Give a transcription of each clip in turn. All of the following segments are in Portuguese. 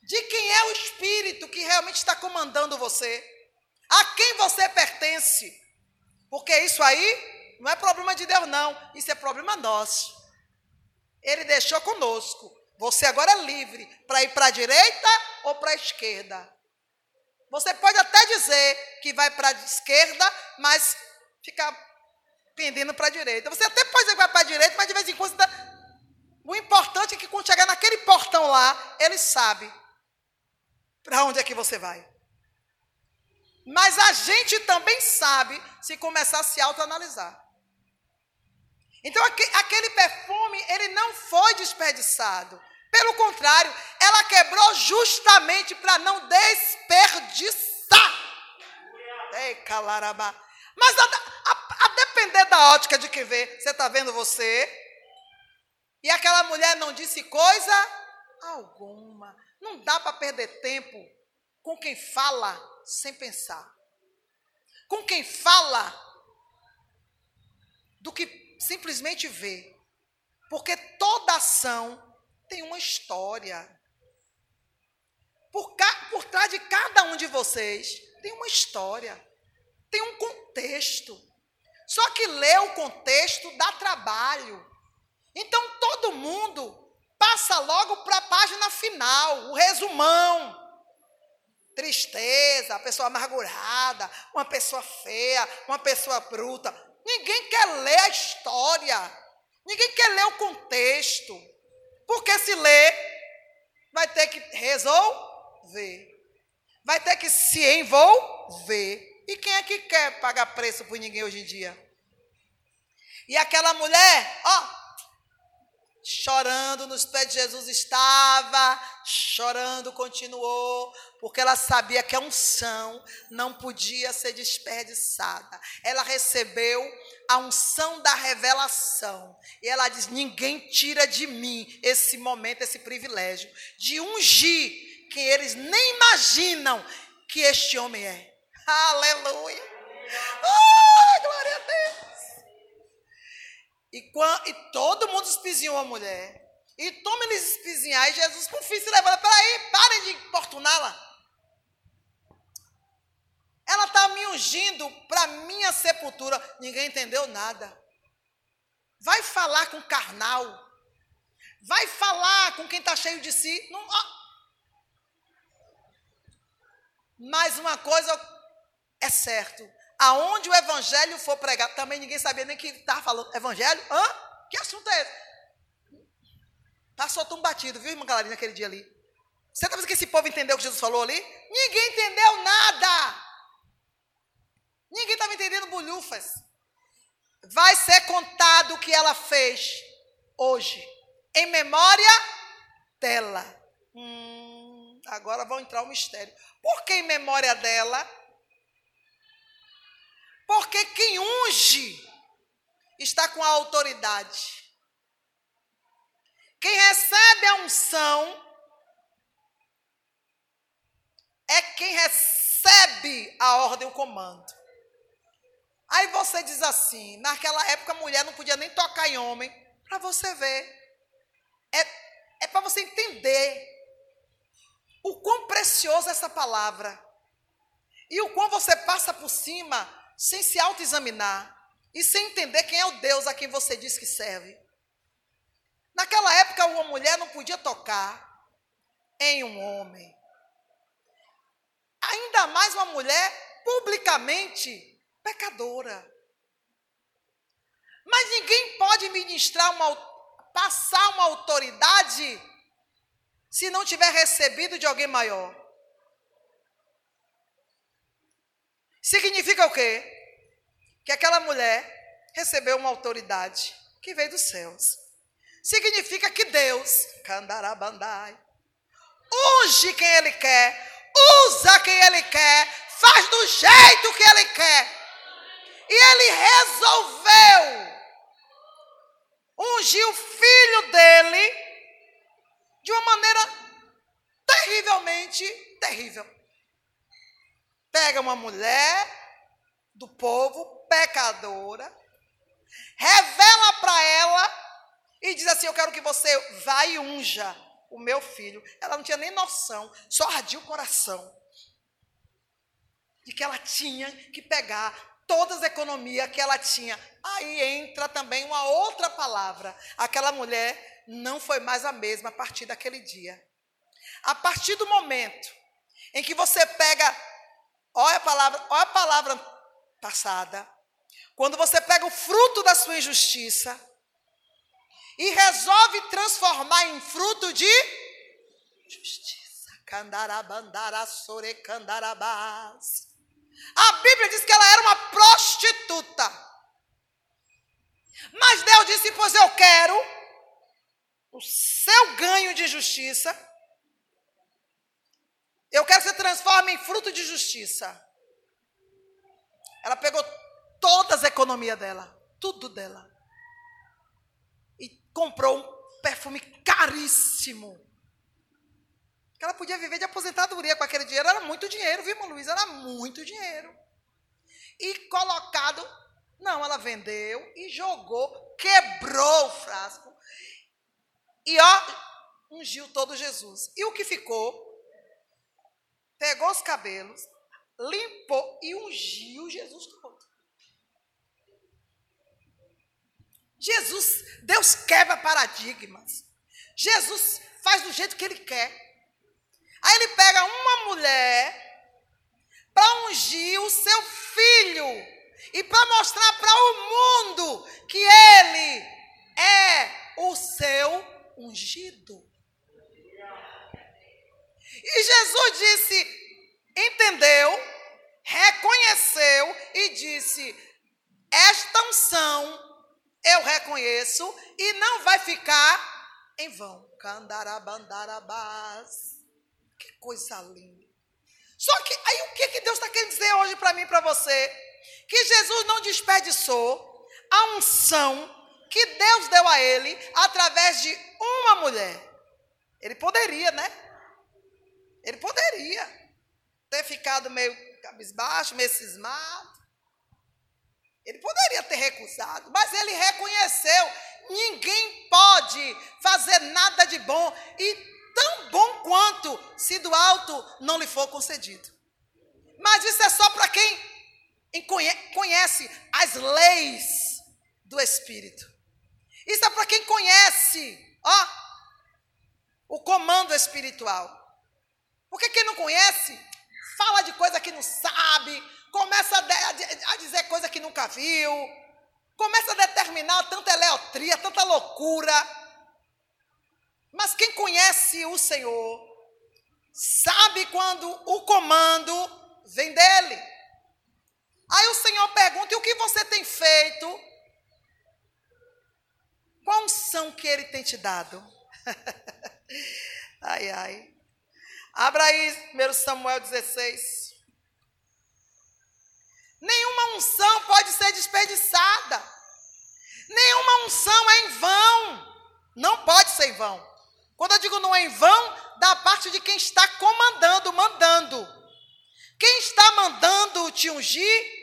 de quem é o Espírito que realmente está comandando você, a quem você pertence, porque isso aí não é problema de Deus não, isso é problema nosso. Ele deixou conosco, você agora é livre para ir para a direita ou para a esquerda. Você pode até dizer que vai para a esquerda, mas fica pendendo para a direita. Você até pode dizer que vai para a direita, mas de vez em quando o importante é que quando chegar naquele portão lá, ele sabe para onde é que você vai. Mas a gente também sabe se começar a se autoanalisar. Então aquele perfume, ele não foi desperdiçado. Pelo contrário, ela quebrou justamente para não desperdiçar. Ei, calarabá. Mas a depender da ótica de quem vê, você está vendo você? E aquela mulher não disse coisa alguma. Não dá para perder tempo com quem fala sem pensar. Com quem fala do que simplesmente vê. Porque toda ação tem uma história. Por trás de cada um de vocês tem uma história. Tem um contexto. Só que ler o contexto dá trabalho. Então todo mundo passa logo para a página final, o resumão. Tristeza, a pessoa amargurada, uma pessoa feia, uma pessoa bruta. Ninguém quer ler a história. Ninguém quer ler o contexto. Porque se ler, vai ter que resolver. Vai ter que se envolver. E quem é que quer pagar preço por ninguém hoje em dia? E aquela mulher, chorando nos pés de Jesus estava, chorando continuou, porque ela sabia que a unção não podia ser desperdiçada. Ela recebeu a unção da revelação. E ela diz, ninguém tira de mim esse momento, esse privilégio de ungir quem eles nem imaginam que este homem é. Aleluia! Glória a Deus! E todo mundo espizinhou a mulher. E toma eles espizinhar. E Jesus, com o filho, se levanta. Peraí, parem de importuná-la. Ela está me ungindo para minha sepultura. Ninguém entendeu nada. Vai falar com carnal. Vai falar com quem está cheio de si. Não, Mas uma coisa é certo. Aonde o evangelho for pregado, também ninguém sabia nem que estava falando. Evangelho? Que assunto é esse? Passou tão batido, viu, irmã Galarina, naquele dia ali? Você está vendo que esse povo entendeu o que Jesus falou ali? Ninguém entendeu nada. Ninguém estava entendendo bolhufas. Vai ser contado o que ela fez hoje, em memória dela. Agora vai entrar o mistério. Por que em memória dela? Porque quem unge está com a autoridade. Quem recebe a unção é quem recebe a ordem, o comando. Aí você diz assim, naquela época a mulher não podia nem tocar em homem, para você ver. É para você entender o quão preciosa é essa palavra. E o quão você passa por cima sem se autoexaminar e sem entender quem é o Deus a quem você diz que serve. Naquela época, uma mulher não podia tocar em um homem. Ainda mais uma mulher publicamente pecadora. Mas ninguém pode passar uma autoridade se não tiver recebido de alguém maior. Significa o quê? Que aquela mulher recebeu uma autoridade que veio dos céus. Significa que Deus, candarabandai, unge quem Ele quer, usa quem Ele quer, faz do jeito que Ele quer. E Ele resolveu ungir o filho dele de uma maneira terrivelmente terrível. Pega uma mulher do povo, pecadora, revela para ela e diz assim, eu quero que você vá e unja o meu filho. Ela não tinha nem noção, só ardia o coração de que ela tinha que pegar todas as economias que ela tinha. Aí entra também uma outra palavra. Aquela mulher não foi mais a mesma a partir daquele dia. A partir do momento em que você pega, olha a palavra passada, quando você pega o fruto da sua injustiça e resolve transformar em fruto de justiça. A Bíblia diz que ela era uma prostituta. Mas Deus disse, pois eu quero o seu ganho de justiça. Eu quero que você transforme em fruto de justiça. Ela pegou todas as economias dela, tudo dela, e comprou um perfume caríssimo. Ela podia viver de aposentadoria com aquele dinheiro. Era muito dinheiro, viu, irmão Luiz? Era muito dinheiro. E colocado, não, ela vendeu e jogou, quebrou o frasco. E ungiu todo Jesus. E o que ficou? Pegou os cabelos, limpou e ungiu Jesus todo. Jesus, Deus quebra paradigmas. Jesus faz do jeito que Ele quer. Aí Ele pega uma mulher para ungir o seu filho e para mostrar para o mundo que Ele é o seu ungido. E Jesus disse, entendeu, reconheceu e disse, esta unção eu reconheço e não vai ficar em vão. Candarabandarabás. Que coisa linda. Só que aí o que Deus está querendo dizer hoje para mim e para você? Que Jesus não desperdiçou a unção que Deus deu a ele através de uma mulher. Ele poderia, né? Ele poderia ter ficado meio cabisbaixo, meio cismado. Ele poderia ter recusado, mas ele reconheceu. Ninguém pode fazer nada de bom e tão bom quanto se do alto não lhe for concedido. Mas isso é só para quem conhece as leis do Espírito. Isso é para quem conhece, o comando espiritual. Porque quem não conhece, fala de coisa que não sabe, começa a dizer coisa que nunca viu, começa a determinar tanta eleotria, tanta loucura. Mas quem conhece o Senhor, sabe quando o comando vem dele. Aí o Senhor pergunta, e o que você tem feito? Qual a unção que Ele tem te dado? Ai, ai. Abra aí, 1 Samuel 16. Nenhuma unção pode ser desperdiçada. Nenhuma unção é em vão. Não pode ser em vão. Quando eu digo não é em vão, da parte de quem está comandando, mandando. Quem está mandando te ungir,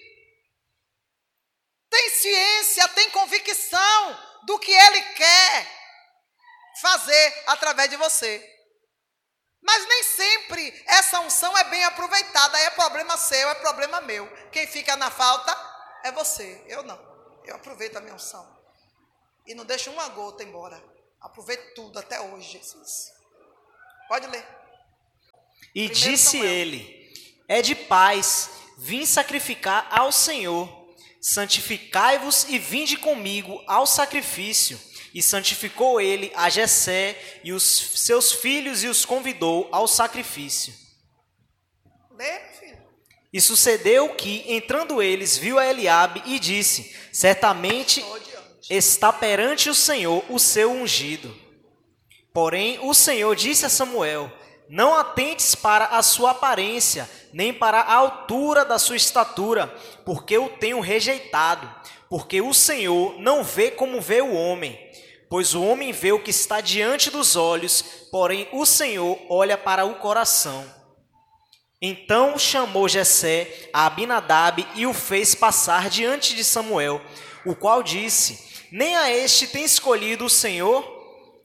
tem ciência, tem convicção do que Ele quer fazer através de você. Mas nem sempre essa unção é bem aproveitada. Aí é problema seu, é problema meu. Quem fica na falta é você, eu não. Eu aproveito a minha unção. E não deixo uma gota embora. Aproveito tudo até hoje, Jesus. Pode ler. E disse ele, é de paz, vim sacrificar ao Senhor. Santificai-vos e vinde comigo ao sacrifício. E santificou ele a Jessé e os seus filhos e os convidou ao sacrifício. Lê, filho. E sucedeu que, entrando eles, viu a Eliabe e disse, certamente está perante o Senhor o seu ungido. Porém, o Senhor disse a Samuel, não atentes para a sua aparência, nem para a altura da sua estatura, porque o tenho rejeitado. Porque o Senhor não vê como vê o homem, pois o homem vê o que está diante dos olhos, porém o Senhor olha para o coração. Então chamou Jessé a Abinadab e o fez passar diante de Samuel, o qual disse, nem a este tem escolhido o Senhor?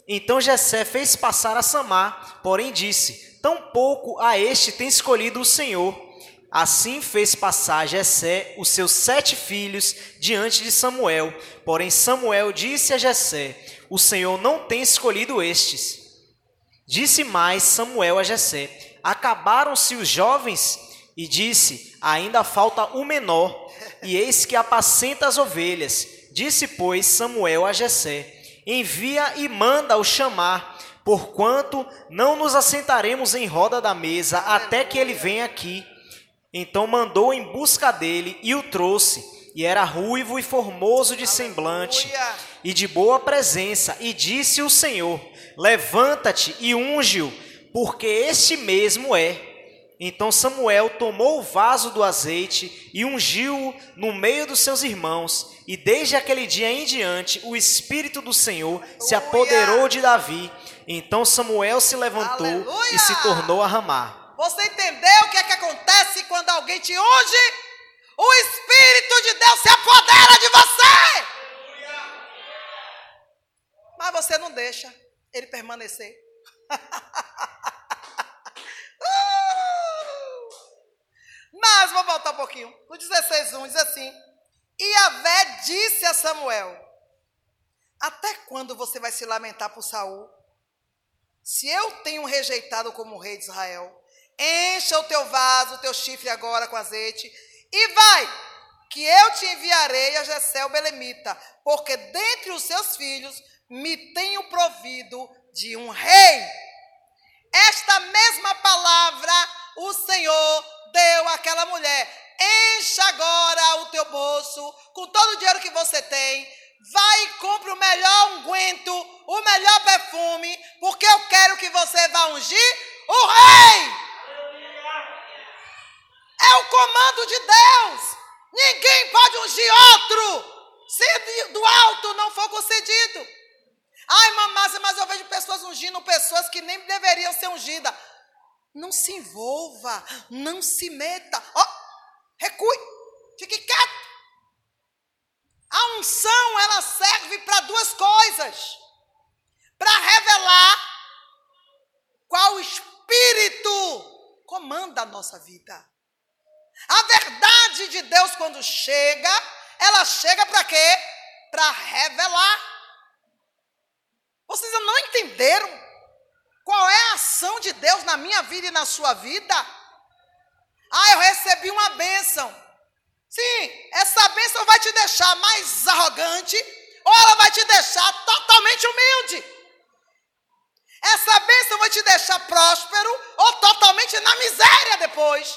Então Jessé fez passar a Samar, porém disse: tampouco a este tem escolhido o Senhor. Assim fez passar Jessé os seus 7 filhos diante de Samuel. Porém Samuel disse a Jessé: o Senhor não tem escolhido estes. Disse mais Samuel a Jessé: acabaram-se os jovens? E disse: ainda falta o menor, e eis que apacenta as ovelhas. Disse, pois, Samuel a Jessé: envia e manda-o chamar, porquanto não nos assentaremos em roda da mesa até que ele venha aqui. Então mandou em busca dele e o trouxe, e era ruivo e formoso de semblante, e de boa presença, e disse o Senhor: levanta-te e unge-o, porque este mesmo é. Então Samuel tomou o vaso do azeite e ungiu-o no meio dos seus irmãos, e desde aquele dia em diante o Espírito do Senhor se apoderou de Davi. Então Samuel se levantou e se tornou a Ramá. Você entendeu o que é que acontece quando alguém te unge? O Espírito de Deus se apodera de você. Mas você não deixa ele permanecer. Mas vou voltar um pouquinho. No 16:1 diz assim: e Yahvé disse a Samuel: até quando você vai se lamentar por Saul? Se eu tenho rejeitado como rei de Israel, encha o teu vaso, o teu chifre agora com azeite, e vai, que eu te enviarei a Jessé o belemita, porque dentre os seus filhos me tenho provido de um rei. Esta mesma palavra o Senhor deu àquela mulher: encha agora o teu bolso com todo o dinheiro que você tem, vai e compre o melhor unguento, o melhor perfume, porque eu quero que você vá ungir o rei. É o comando de Deus. Ninguém pode ungir outro se do alto não for concedido. Ai, mamácia, mas eu vejo pessoas ungindo pessoas que nem deveriam ser ungidas. Não se envolva, não se meta. Recue, fique quieto. A unção, ela serve para 2 coisas. Para revelar qual espírito comanda a nossa vida. A verdade de Deus, quando chega, ela chega para quê? Para revelar. Vocês não entenderam qual é a ação de Deus na minha vida e na sua vida? Eu recebi uma bênção. Sim, essa bênção vai te deixar mais arrogante, ou ela vai te deixar totalmente humilde. Essa bênção vai te deixar próspero, ou totalmente na miséria depois.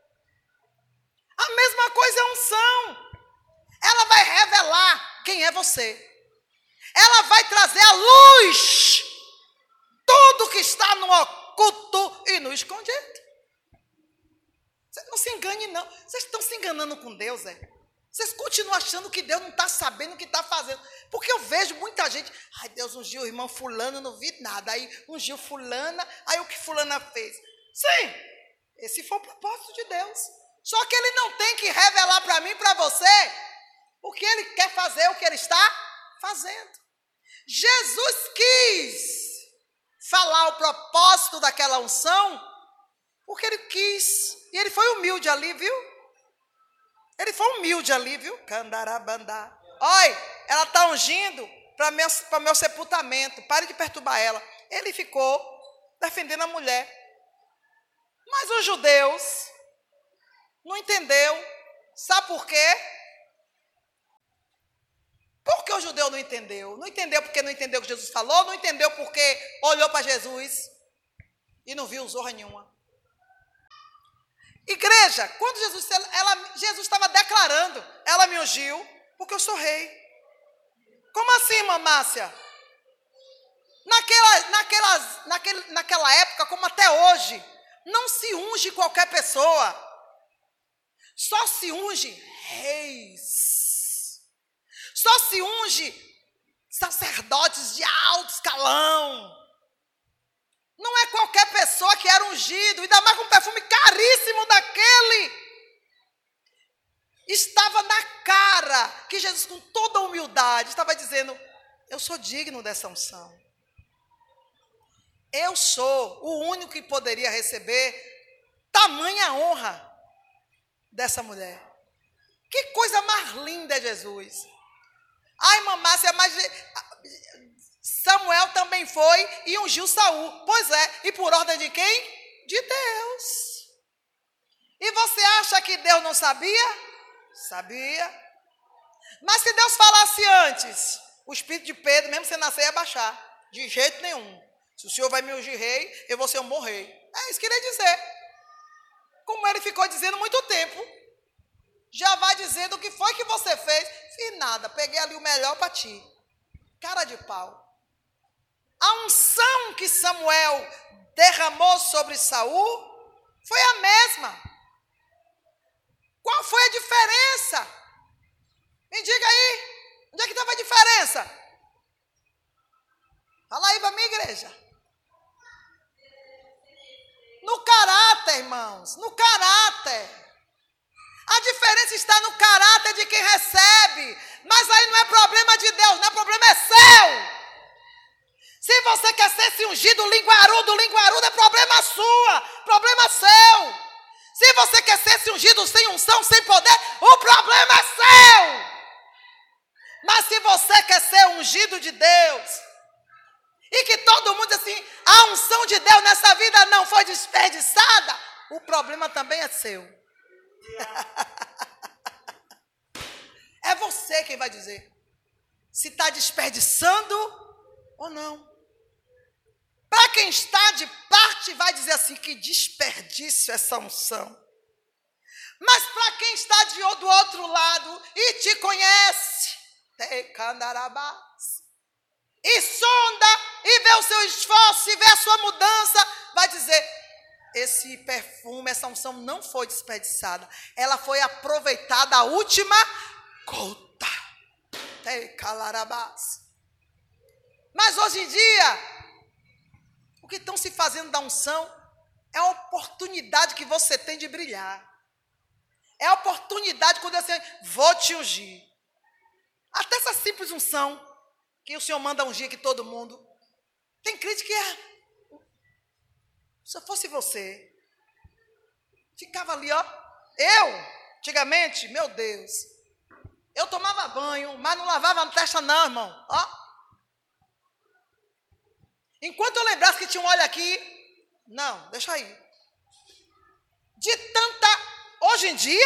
A mesma coisa é a unção. Ela vai revelar quem é você. Ela vai trazer à luz tudo que está no oculto e no escondido. Você não se engane, não. Vocês estão se enganando com Deus, é? Vocês continuam achando que Deus não está sabendo o que está fazendo. Porque eu vejo muita gente: ai, Deus ungiu o irmão fulano, não vi nada. Aí ungiu fulana, aí o que fulana fez? Sim, esse foi o propósito de Deus. Só que Ele não tem que revelar para mim e para você o que Ele quer fazer, o que Ele está fazendo. Jesus quis falar o propósito daquela unção porque Ele quis. E Ele foi humilde ali, viu? Ele foi humilde ali, viu? Candarabandá. Olha, ela está ungindo para meu sepultamento. Pare de perturbar ela. Ele ficou defendendo a mulher. Mas os judeus não entendeu. Sabe por quê? Por que o judeu não entendeu? Não entendeu porque não entendeu o que Jesus falou, não entendeu porque olhou para Jesus e não viu zorra nenhuma. Igreja, quando Jesus estava declarando: ela me ungiu porque eu sou rei. Como assim, mamácia? Naquela época, como até hoje, não se unge qualquer pessoa. Só se unge reis. Só se unge sacerdotes de alto escalão. Não é qualquer pessoa que era ungido, ainda mais com um perfume caríssimo daquele. Estava na cara que Jesus, com toda a humildade, estava dizendo: eu sou digno dessa unção. Eu sou o único que poderia receber tamanha honra dessa mulher. Que coisa mais linda é Jesus. Ai, mamácia, mas Samuel também foi e ungiu Saul. Pois é, e por ordem de quem? De Deus. E você acha que Deus não sabia? Sabia. Mas se Deus falasse antes, o espírito de Pedro, mesmo sem nascer, ia baixar. De jeito nenhum. Se o Senhor vai me ungir rei, eu vou ser um bom rei. É isso que ele ia dizer. Como ele ficou dizendo muito tempo, já vai dizendo o que foi que você fez. Fiz nada, peguei ali o melhor para ti. Cara de pau. A unção que Samuel derramou sobre Saul foi a mesma. Qual foi a diferença? Me diga aí, onde é que estava a diferença? Fala aí para minha igreja. No caráter, irmãos, no caráter. A diferença está no caráter de quem recebe. Mas aí não é problema de Deus, não é problema é seu. Se você quer ser esse ungido linguarudo é problema sua, problema seu. Se você quer ser esse ungido sem unção, sem poder, o problema é seu. Mas se você quer ser ungido de Deus, e que todo mundo diz assim, a unção de Deus nessa vida não foi desperdiçada, o problema também é seu. É você quem vai dizer se está desperdiçando ou não. Para quem está de parte, vai dizer assim, que desperdício essa unção. Mas para quem está do outro lado e te conhece, e sonda, e vê o seu esforço, e vê a sua mudança, vai dizer, esse perfume, essa unção não foi desperdiçada. Ela foi aproveitada a última gota. Mas hoje em dia, o que estão se fazendo da unção é a oportunidade que você tem de brilhar. É a oportunidade quando eu digo, vou te ungir. Até essa simples unção que o Senhor manda ungir aqui todo mundo. Tem crente que se eu fosse você, ficava ali, ó. Eu, antigamente, meu Deus, eu tomava banho, mas não lavava a testa não, irmão. Ó. Enquanto eu lembrasse que tinha um óleo aqui, não, deixa aí. De tanta, hoje em dia,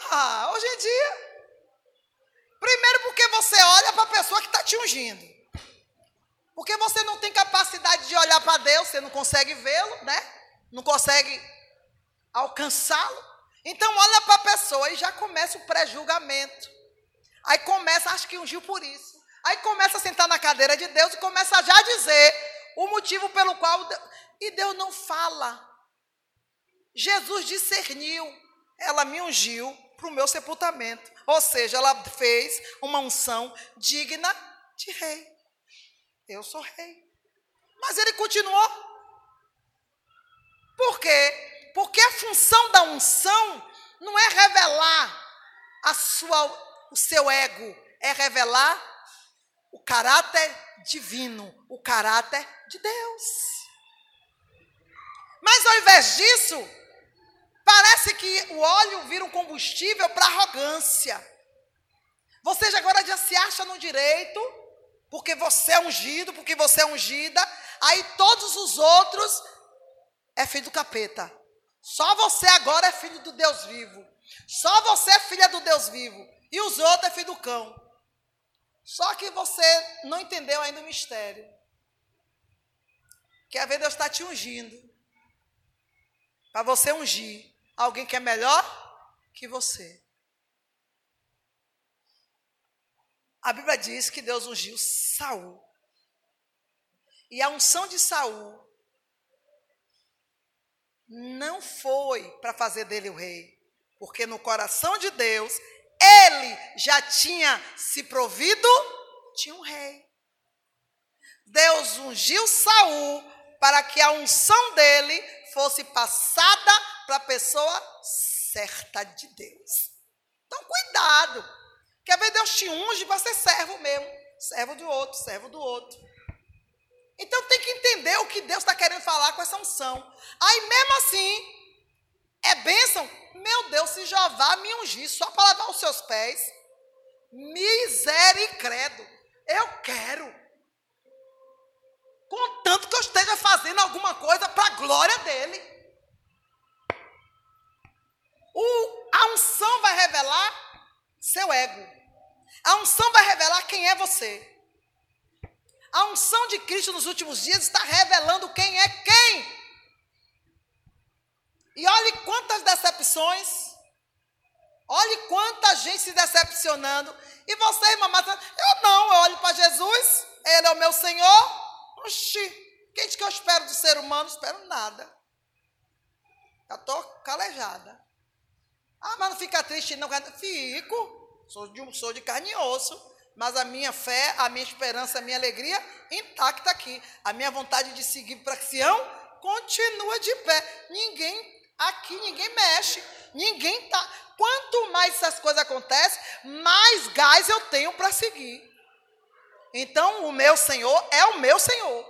primeiro porque você olha para a pessoa que está te ungindo. Porque você não tem capacidade de olhar para Deus, você não consegue vê-lo, né? Não consegue alcançá-lo. Então olha para a pessoa e já começa o pré-julgamento. Aí começa, acho que ungiu por isso. Aí começa a sentar na cadeira de Deus e começa a já dizer o motivo pelo qual... E Deus não fala. Jesus discerniu. Ela me ungiu para o meu sepultamento. Ou seja, ela fez uma unção digna de rei. Eu sou rei. Mas ele continuou. Por quê? Porque a função da unção não é revelar o seu ego. É revelar o caráter divino. O caráter de Deus. Mas ao invés disso, parece que o óleo vira um combustível para arrogância. Você já agora já se acha no direito, porque você é ungido, porque você é ungida, aí todos os outros é filho do capeta. Só você agora é filho do Deus vivo. Só você é filha do Deus vivo. E os outros é filho do cão. Só que você não entendeu ainda o mistério. Quer ver Deus está te ungindo. Para você ungir alguém que é melhor que você. A Bíblia diz que Deus ungiu Saul. E a unção de Saul não foi para fazer dele o rei. Porque no coração de Deus, ele já tinha se provido de um rei. Deus ungiu Saul para que a unção dele fosse passada para a pessoa certa de Deus. Então, cuidado. Quer ver Deus te unge para ser servo mesmo. Servo do outro, servo do outro. Então tem que entender o que Deus está querendo falar com essa unção. Aí mesmo assim, é bênção. Meu Deus, se Jeová me ungir só para lavar os seus pés, misericredo, eu quero. Contanto que eu esteja fazendo alguma coisa para a glória dele. A unção vai revelar seu ego. A unção vai revelar quem é você. A unção de Cristo nos últimos dias está revelando quem é quem. E olhe quantas decepções. Olhe quanta gente se decepcionando. E você, irmã Marta, eu olho para Jesus, Ele é o meu Senhor. Oxi, quem diz que eu espero do ser humano? Não espero nada. Já estou calejada. Ah, mas não fica triste não? Fico. Sou de carne e osso. Mas a minha fé, a minha esperança, a minha alegria intacta aqui. A minha vontade de seguir para Sião continua de pé. Ninguém mexe. Ninguém tá. Quanto mais essas coisas acontecem, mais gás eu tenho para seguir. Então, o meu Senhor é o meu Senhor.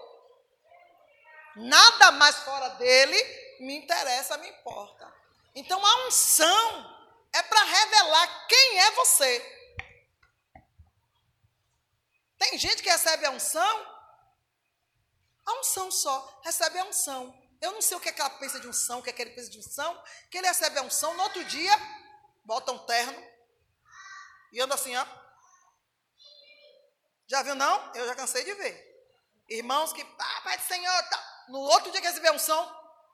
Nada mais fora dele me interessa, me importa. Então, a unção é para revelar quem é você. Tem gente que recebe a unção só, recebe a unção. Eu não sei o que é que ela pensa de unção, o que é que ele pensa de unção, que ele recebe a unção, no outro dia, bota um terno e anda assim, ó. Já viu, não? Eu já cansei de ver. Irmãos que, Pai do Senhor, tá. No outro dia que recebe a unção,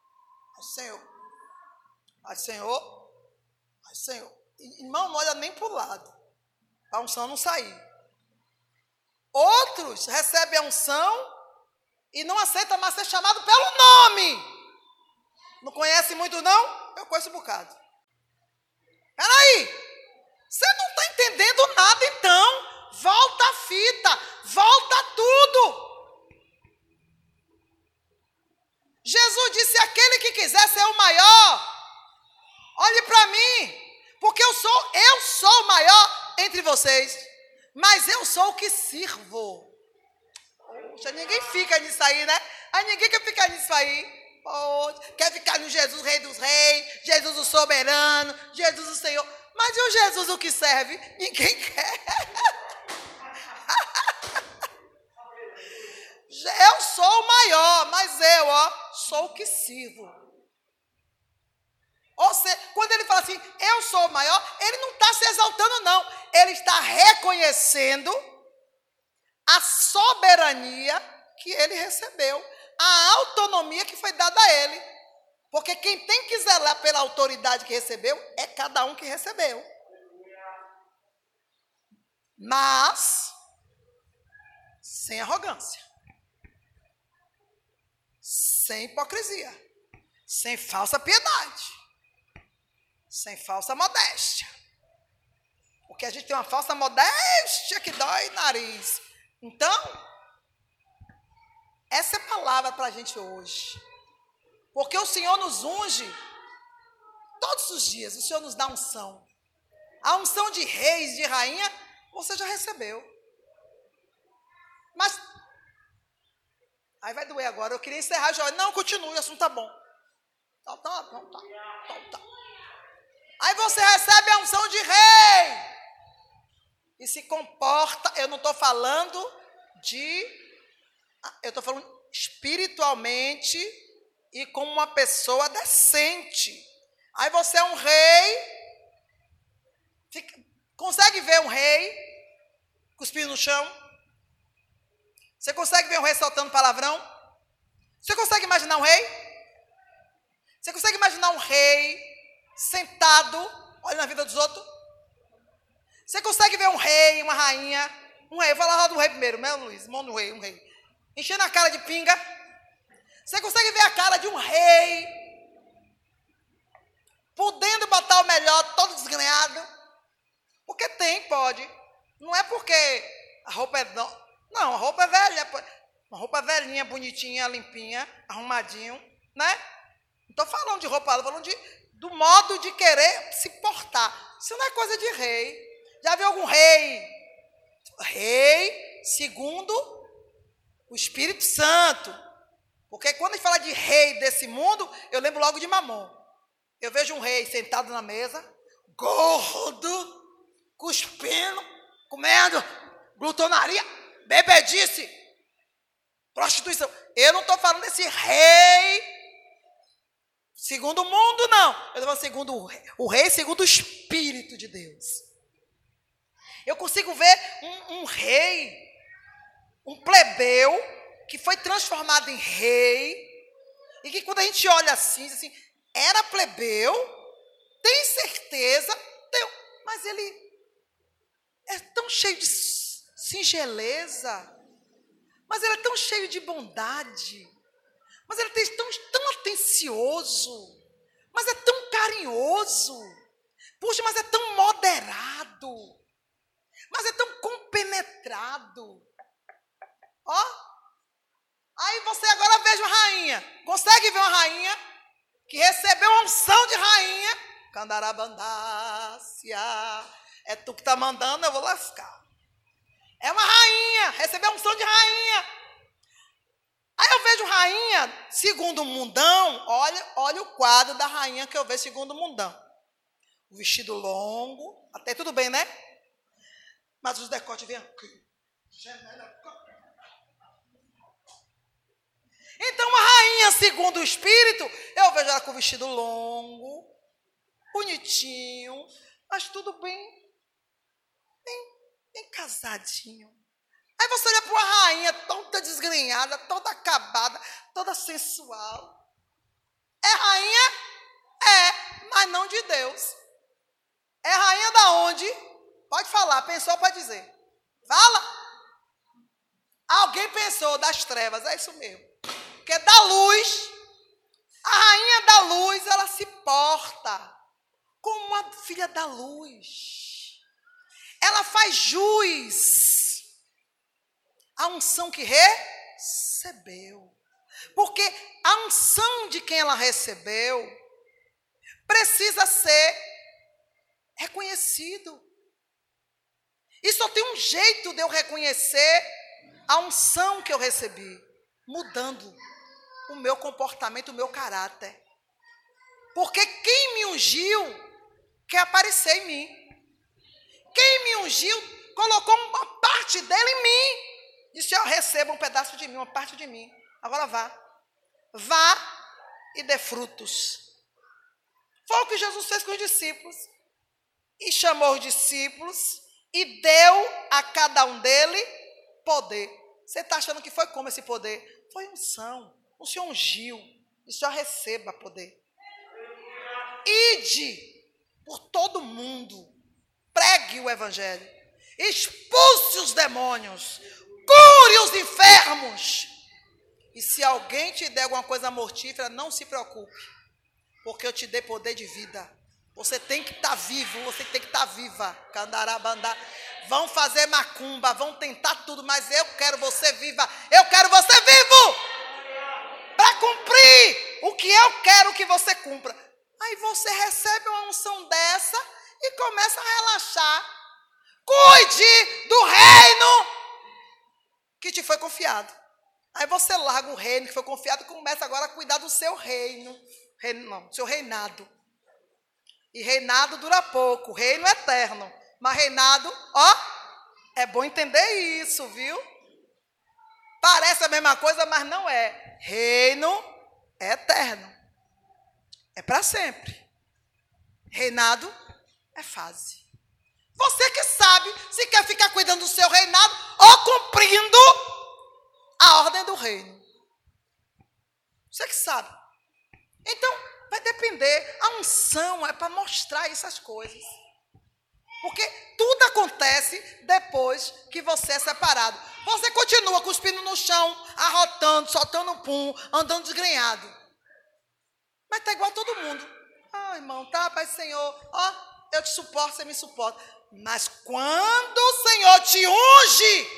Pai do Senhor. Irmão, não olha nem para o lado, a unção não sair. Outros recebem a unção e não aceitam mais ser chamado pelo nome. Não conhece muito, não? Eu conheço um bocado. Peraí, você não está entendendo nada, então. Volta a fita, volta tudo. Jesus disse, aquele que quiser ser o maior, olhe para mim, porque eu sou o maior entre vocês. Mas eu sou o que sirvo. Poxa, ninguém fica nisso aí, né? Aí ninguém quer ficar nisso aí. Poxa, quer ficar no Jesus, Rei dos Reis, Jesus o soberano, Jesus o Senhor. Mas e o Jesus o que serve? Ninguém quer. Eu sou o maior, mas eu, sou o que sirvo. Ou seja, quando ele fala assim, eu sou o maior, ele não está se exaltando, não. Ele está reconhecendo a soberania que ele recebeu, a autonomia que foi dada a ele. Porque quem tem que zelar pela autoridade que recebeu é cada um que recebeu. Mas, sem arrogância, sem hipocrisia, sem falsa piedade, sem falsa modéstia. Porque a gente tem uma falsa modéstia que dói o nariz. Então, essa é a palavra para a gente hoje. Porque o Senhor nos unge todos os dias. O Senhor nos dá unção. A unção de reis, de rainha, você já recebeu. Mas, aí vai doer agora. Eu queria encerrar já. Não, continue, o assunto está bom. Tá. Aí você recebe a unção de rei. E se comporta, eu não estou falando eu estou falando espiritualmente e como uma pessoa decente. Aí você é um rei, consegue ver um rei cuspindo no chão? Você consegue ver um rei soltando palavrão? Você consegue imaginar um rei? Você consegue imaginar um rei sentado, olha na vida dos outros? Você consegue ver um rei, uma rainha, um rei, fala lá do rei primeiro, né, Luiz? Mão do rei, um rei. Enchendo a cara de pinga. Você consegue ver a cara de um rei, podendo botar o melhor, todo desgrenhado? Porque pode. Não é porque a roupa é... Não, a roupa é velha. Uma roupa velhinha, bonitinha, limpinha, arrumadinho, né? Não estou falando de roupa, estou falando do modo de querer se portar. Isso não é coisa de rei. Já viu algum rei? Rei, segundo O Espírito Santo. Porque quando a gente fala de rei desse mundo, eu lembro logo de Mamon. Eu vejo um rei sentado na mesa, gordo, cuspindo, comendo, glutonaria, bebedice, prostituição. Eu não estou falando desse rei segundo o mundo, não. Eu estou falando segundo o rei, segundo o Espírito de Deus. Eu consigo ver um rei, um plebeu, que foi transformado em rei, e que quando a gente olha assim, diz assim, era plebeu, tem certeza, mas ele é tão cheio de singeleza, mas ele é tão cheio de bondade, mas ele é tão atencioso, mas é tão carinhoso, puxa, mas é tão moderado, mas é tão compenetrado. Ó, aí você agora veja uma rainha, consegue ver uma rainha que recebeu a unção de rainha? Candarabandácia, é tu que está mandando, eu vou lascar. É uma rainha, recebeu a unção de rainha. Aí eu vejo rainha, segundo o mundão, olha o quadro da rainha que eu vejo segundo o mundão. O vestido longo, até tudo bem, né? Mas os decotes vêm aqui. Então, a rainha, segundo o Espírito, eu vejo ela com o vestido longo, bonitinho, mas tudo bem casadinho. Aí você olha para uma rainha toda desgrenhada, toda acabada, toda sensual. É rainha? É, mas não de Deus. É rainha da onde? Pode falar, pensou, pode dizer. Fala. Alguém pensou das trevas, é isso mesmo. Porque da luz, a rainha da luz, ela se porta como uma filha da luz. Ela faz jus à unção que recebeu. Porque a unção de quem ela recebeu precisa ser reconhecido. E só tem um jeito de eu reconhecer a unção que eu recebi, mudando o meu comportamento, o meu caráter. Porque quem me ungiu quer aparecer em mim. Quem me ungiu colocou uma parte dele em mim. Disse, eu recebo um pedaço de mim, uma parte de mim. Agora vá e dê frutos. Foi o que Jesus fez com os discípulos. E chamou os discípulos e deu a cada um dele poder. Você está achando que foi como esse poder? Foi unção. O Senhor ungiu. E já receba poder. Ide por todo mundo. Pregue o evangelho. Expulse os demônios. Cure os enfermos. E se alguém te der alguma coisa mortífera, não se preocupe. Porque eu te dei poder de vida. Você tem que estar vivo, você tem que estar viva. Candarabandá. Vão fazer macumba, vão tentar tudo, mas eu quero você viva. Eu quero você vivo. Para cumprir o que eu quero que você cumpra. Aí você recebe uma unção dessa e começa a relaxar. Cuide do reino que te foi confiado. Aí você larga o reino que foi confiado e começa agora a cuidar do seu reino. Seu reinado. E reinado dura pouco, reino é eterno. Mas reinado, ó, é bom entender isso, viu? Parece a mesma coisa, mas não é. Reino é eterno. É para sempre. Reinado é fase. Você que sabe se quer ficar cuidando do seu reinado ou cumprindo a ordem do reino. Você que sabe. Então, vai depender. A unção é para mostrar essas coisas. Porque tudo acontece depois que você é separado. Você continua cuspindo no chão, arrotando, soltando pum, andando desgrenhado. Mas está igual a todo mundo. Ah, irmão, tá, Pai Senhor. Ó, eu te suporto, você me suporta. Mas quando o Senhor te unge,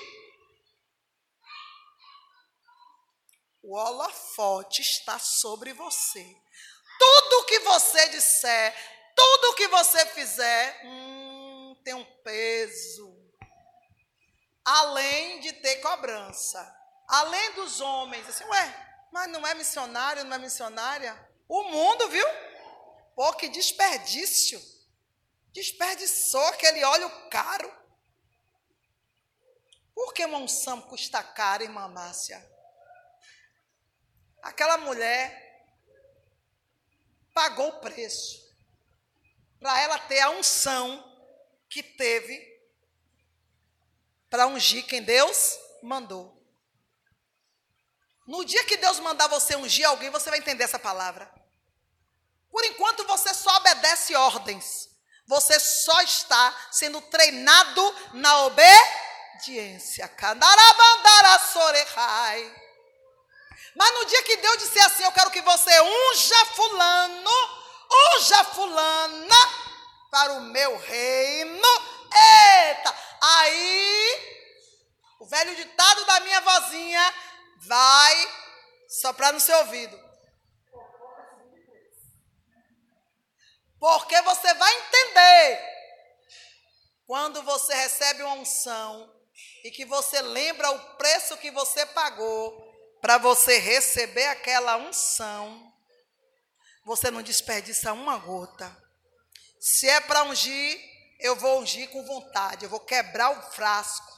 o holofote está sobre você. Tudo que você disser, tudo que você fizer, tem um peso. Além de ter cobrança. além dos homens, assim, mas não é missionário, não é missionária? O mundo, viu? Pô, que desperdício. Desperdiçou aquele óleo caro. Por que uma unção custa caro, irmã Márcia? Aquela mulher pagou o preço para ela ter a unção que teve para ungir quem Deus mandou. No dia que Deus mandar você ungir alguém, você vai entender essa palavra. Por enquanto você só obedece ordens. Você só está sendo treinado na obediência. Mas no dia que Deus disser assim, eu quero que você unja fulano, unja fulana para o meu reino. Eita! Aí, o velho ditado da minha vozinha vai soprar no seu ouvido. Porque você vai entender quando você recebe uma unção e que você lembra o preço que você pagou para você receber aquela unção, você não desperdiça uma gota. Se é para ungir, eu vou ungir com vontade, eu vou quebrar o frasco,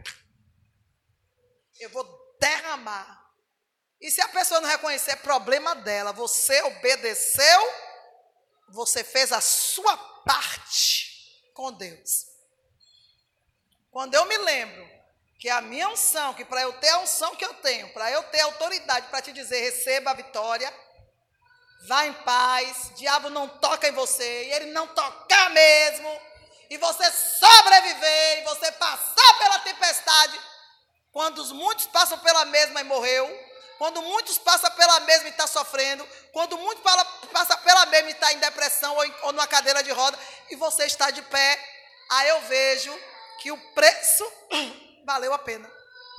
eu vou derramar. E se a pessoa não reconhecer, é problema dela. Você obedeceu, você fez a sua parte com Deus. Quando eu me lembro que a minha unção, que para eu ter a unção que eu tenho, para eu ter autoridade para te dizer, receba a vitória, vá em paz, diabo não toca em você, e ele não tocar mesmo, e você sobreviver, e você passar pela tempestade, quando os muitos passam pela mesma e morreu, quando muitos passam pela mesma e está sofrendo, quando muitos passam pela mesma e está em depressão ou numa cadeira de roda, e você está de pé, aí eu vejo que o preço valeu a pena.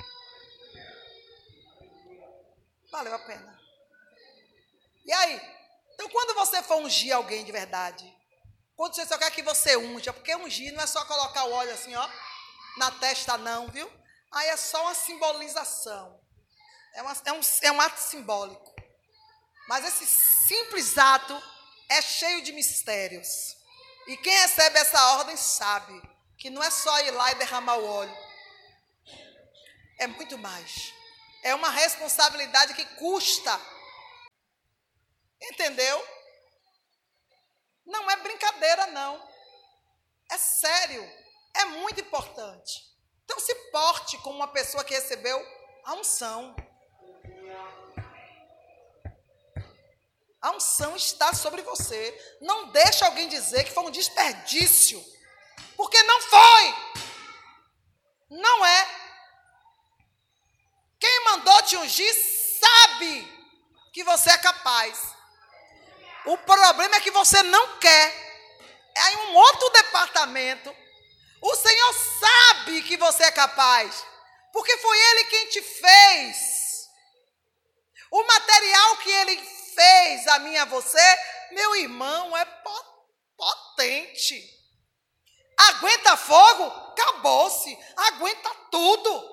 Valeu a pena. E aí? Então, quando você for ungir alguém de verdade, quando você só quer que você unja, porque ungir não é só colocar o óleo assim, ó, na testa não, viu? Aí é só uma simbolização. É um ato simbólico. Mas esse simples ato é cheio de mistérios. E quem recebe essa ordem sabe que não é só ir lá e derramar o óleo. É muito mais. É uma responsabilidade que custa. Entendeu? Não é brincadeira, não. É sério. É muito importante. Então se porte como uma pessoa que recebeu a unção. A unção está sobre você. Não deixe alguém dizer que foi um desperdício. Porque não foi. Não é. Quem mandou te ungir sabe que você é capaz. O problema é que você não quer. É em um outro departamento. O Senhor sabe que você é capaz. Porque foi Ele quem te fez. O material que Ele fez a mim e a você, meu irmão, é potente. Aguenta fogo? Acabou-se. Aguenta tudo.